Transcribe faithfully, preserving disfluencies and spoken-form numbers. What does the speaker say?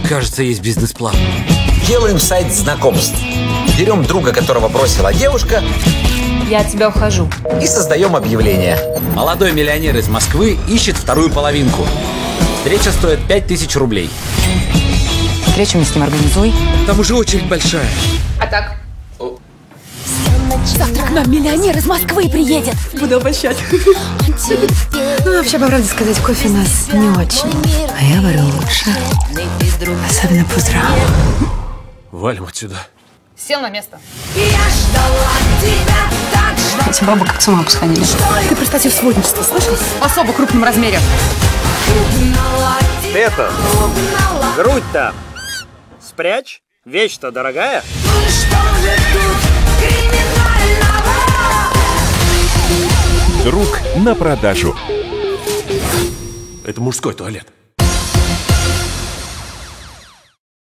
Кажется, есть бизнес-план. Делаем сайт знакомств. Берем друга, которого бросила девушка. Я от тебя ухожу. И создаем объявление. Молодой миллионер из Москвы ищет вторую половинку. Встреча стоит пять тысяч рублей. Встречу мне с ним организуй. Там уже очередь большая. А так? Завтра к нам миллионер из Москвы приедет. Буду обольщать. Ну, вообще, по правде сказать, кофе у нас не очень. А я варю лучше. Особенно по утрам. Валим отсюда. Сел на место. Эти бабы как с ума посходили. Ты про статью сводничества слышал? В особо крупном размере. Это, грудь-то спрячь, вещь-то дорогая. Друг на продажу. Это мужской туалет.